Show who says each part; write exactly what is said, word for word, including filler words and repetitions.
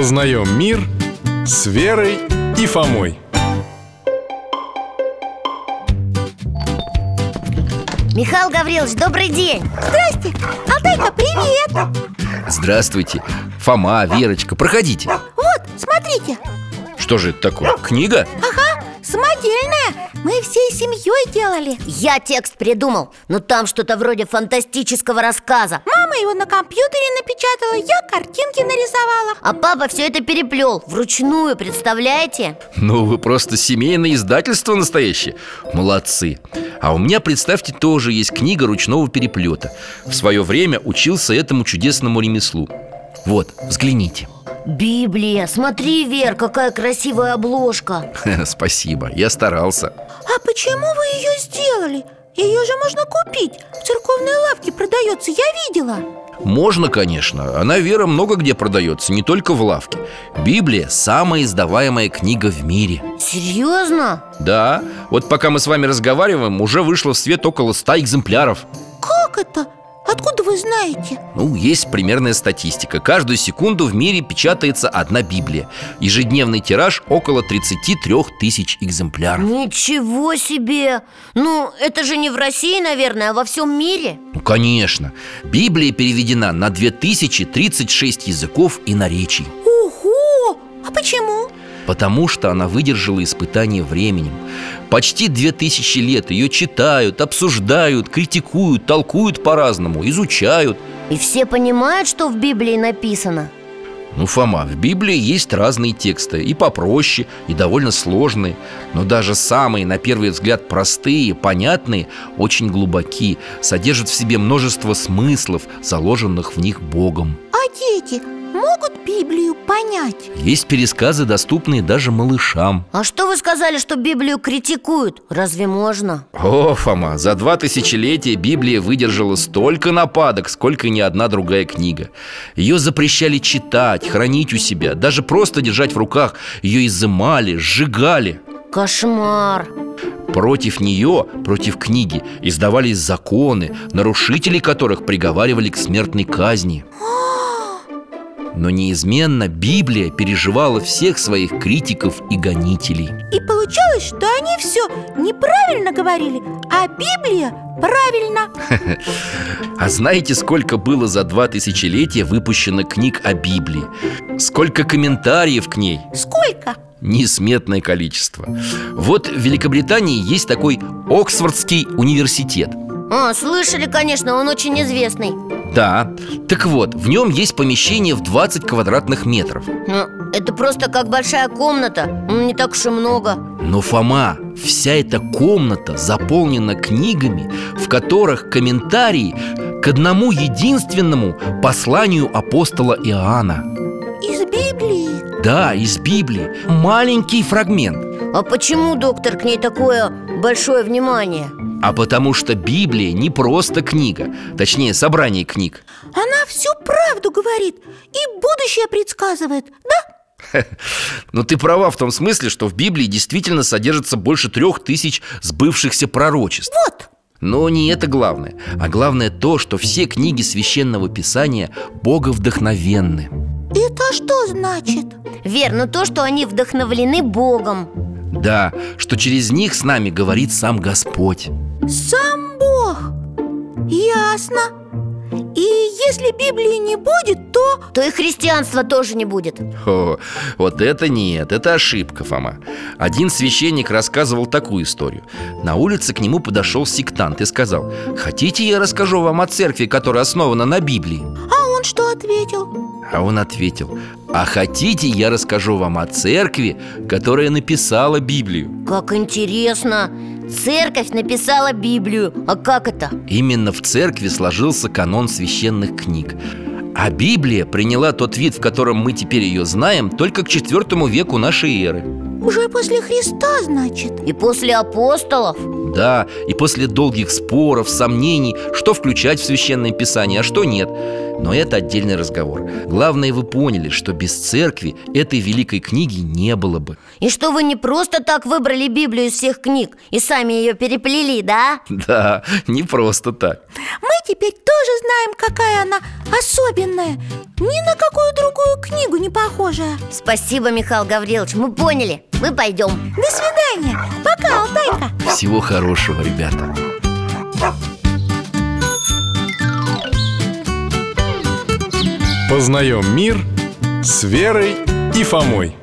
Speaker 1: Познаем мир с Верой и Фомой.
Speaker 2: Михаил Гаврилович, добрый день.
Speaker 3: Здрасте, Алтайка, привет.
Speaker 4: Здравствуйте, Фома, Верочка, проходите.
Speaker 3: Вот, смотрите.
Speaker 4: Что же это такое? Книга?
Speaker 3: Ага, самодельная. Мы всей семьей делали.
Speaker 2: Я текст придумал, но там что-то вроде фантастического рассказа.
Speaker 3: Мама его на компьютере напечатала, я картинки нарисовала.
Speaker 2: А папа все это переплел вручную, представляете?
Speaker 4: Ну, вы просто семейное издательство настоящее. Молодцы. А у меня, представьте, тоже есть книга ручного переплета. В свое время учился этому чудесному ремеслу. Вот, взгляните.
Speaker 2: Библия, смотри, Вер, какая красивая обложка.
Speaker 4: Спасибо, я старался.
Speaker 3: А почему вы ее сделали? Ее же можно купить. В церковной лавке продается, я видела.
Speaker 4: Можно, конечно. Она, Вера, много где продается, не только в лавке. Библия – самая издаваемая книга в мире.
Speaker 2: Серьезно?
Speaker 4: Да, вот пока мы с вами разговариваем, уже вышло в свет около ста экземпляров.
Speaker 3: Как это? Откуда вы знаете?
Speaker 4: Ну, есть примерная статистика. Каждую секунду в мире печатается одна Библия. Ежедневный тираж около тридцати трёх тысяч экземпляров.
Speaker 2: Ничего себе! Ну, это же не в России, наверное, а во всем мире?
Speaker 4: Ну, конечно. Библия переведена на две тысячи тридцать шесть языков и наречий.
Speaker 3: Ого! А почему?
Speaker 4: Потому что она выдержала испытание временем. Почти две тысячи лет ее читают, обсуждают, критикуют, толкуют по-разному, изучают.
Speaker 2: И все понимают, что в Библии написано?
Speaker 4: Ну, Фома, в Библии есть разные тексты, и попроще, и довольно сложные. Но даже самые, на первый взгляд, простые, понятные, очень глубоки, содержат в себе множество смыслов, заложенных в них Богом.
Speaker 3: А дети могут Библию понять?
Speaker 4: Есть пересказы, доступные даже малышам.
Speaker 2: А что вы сказали, что Библию критикуют? Разве можно?
Speaker 4: О, Фома, за два тысячелетия Библия выдержала столько нападок, сколько ни одна другая книга. Ее запрещали читать, хранить у себя, даже просто держать в руках. Ее изымали, сжигали.
Speaker 2: Кошмар!
Speaker 4: Против нее, против книги, издавались законы, нарушители которых приговаривали к смертной казни. Но неизменно Библия переживала всех своих критиков и гонителей.
Speaker 3: И получалось, что они все неправильно говорили, а Библия правильно.
Speaker 4: А знаете, сколько было за два тысячелетия выпущено книг о Библии? Сколько комментариев к ней?
Speaker 3: Сколько?
Speaker 4: Несметное количество. Вот в Великобритании есть такой Оксфордский университет.
Speaker 2: А, слышали, конечно, он очень известный.
Speaker 4: Да, так вот, в нем есть помещение в двадцать квадратных метров.
Speaker 2: Ну, это просто как большая комната, не так уж и много.
Speaker 4: Но, Фома, вся эта комната заполнена книгами, в которых комментарии к одному единственному посланию апостола Иоанна.
Speaker 3: Из Библии?
Speaker 4: Да, из Библии. Маленький фрагмент.
Speaker 2: А почему, доктор, к ней такое большое внимание?
Speaker 4: А потому что Библия не просто книга, точнее, собрание книг.
Speaker 3: Она всю правду говорит и будущее предсказывает, да?
Speaker 4: Но ты права в том смысле, что в Библии действительно содержится больше трех тысяч сбывшихся пророчеств.
Speaker 3: Вот.
Speaker 4: Но не это главное. А главное то, что все книги Священного Писания боговдохновенны.
Speaker 3: Это что значит?
Speaker 2: Вер, ну то, что они вдохновлены Богом.
Speaker 4: Да, что через них с нами говорит сам Господь.
Speaker 3: Сам Бог. Ясно. И если Библии не будет, то...
Speaker 2: То и христианства тоже не будет.
Speaker 4: О, вот это нет, это ошибка, Фома. Один священник рассказывал такую историю. На улице к нему подошел сектант и сказал: «Хотите, я расскажу вам о церкви, которая основана на Библии?»
Speaker 3: А он что ответил?
Speaker 4: А он ответил: «А хотите, я расскажу вам о церкви, которая написала Библию?»
Speaker 2: Как интересно! Церковь написала Библию. А как это?
Speaker 4: Именно в церкви сложился канон священных книг. А Библия приняла тот вид, в котором мы теперь ее знаем, только к четвертому веку нашей эры.
Speaker 3: Уже после Христа, значит?
Speaker 2: И после апостолов?
Speaker 4: Да, и после долгих споров, сомнений, что включать в Священное Писание, а что нет. Но это отдельный разговор. Главное, вы поняли, что без церкви этой великой книги не было бы.
Speaker 2: И что вы не просто так выбрали Библию из всех книг и сами ее переплели, да?
Speaker 4: Да, не просто так.
Speaker 3: Мы теперь тоже знаем, какая она особенная, ни на какую другую книгу не похожая.
Speaker 2: Спасибо, Михаил Гаврилович, мы поняли, мы пойдем.
Speaker 3: До свидания, пока, Алтайка.
Speaker 4: Всего хорошего, ребята.
Speaker 1: Познаем мир с Верой и Фомой.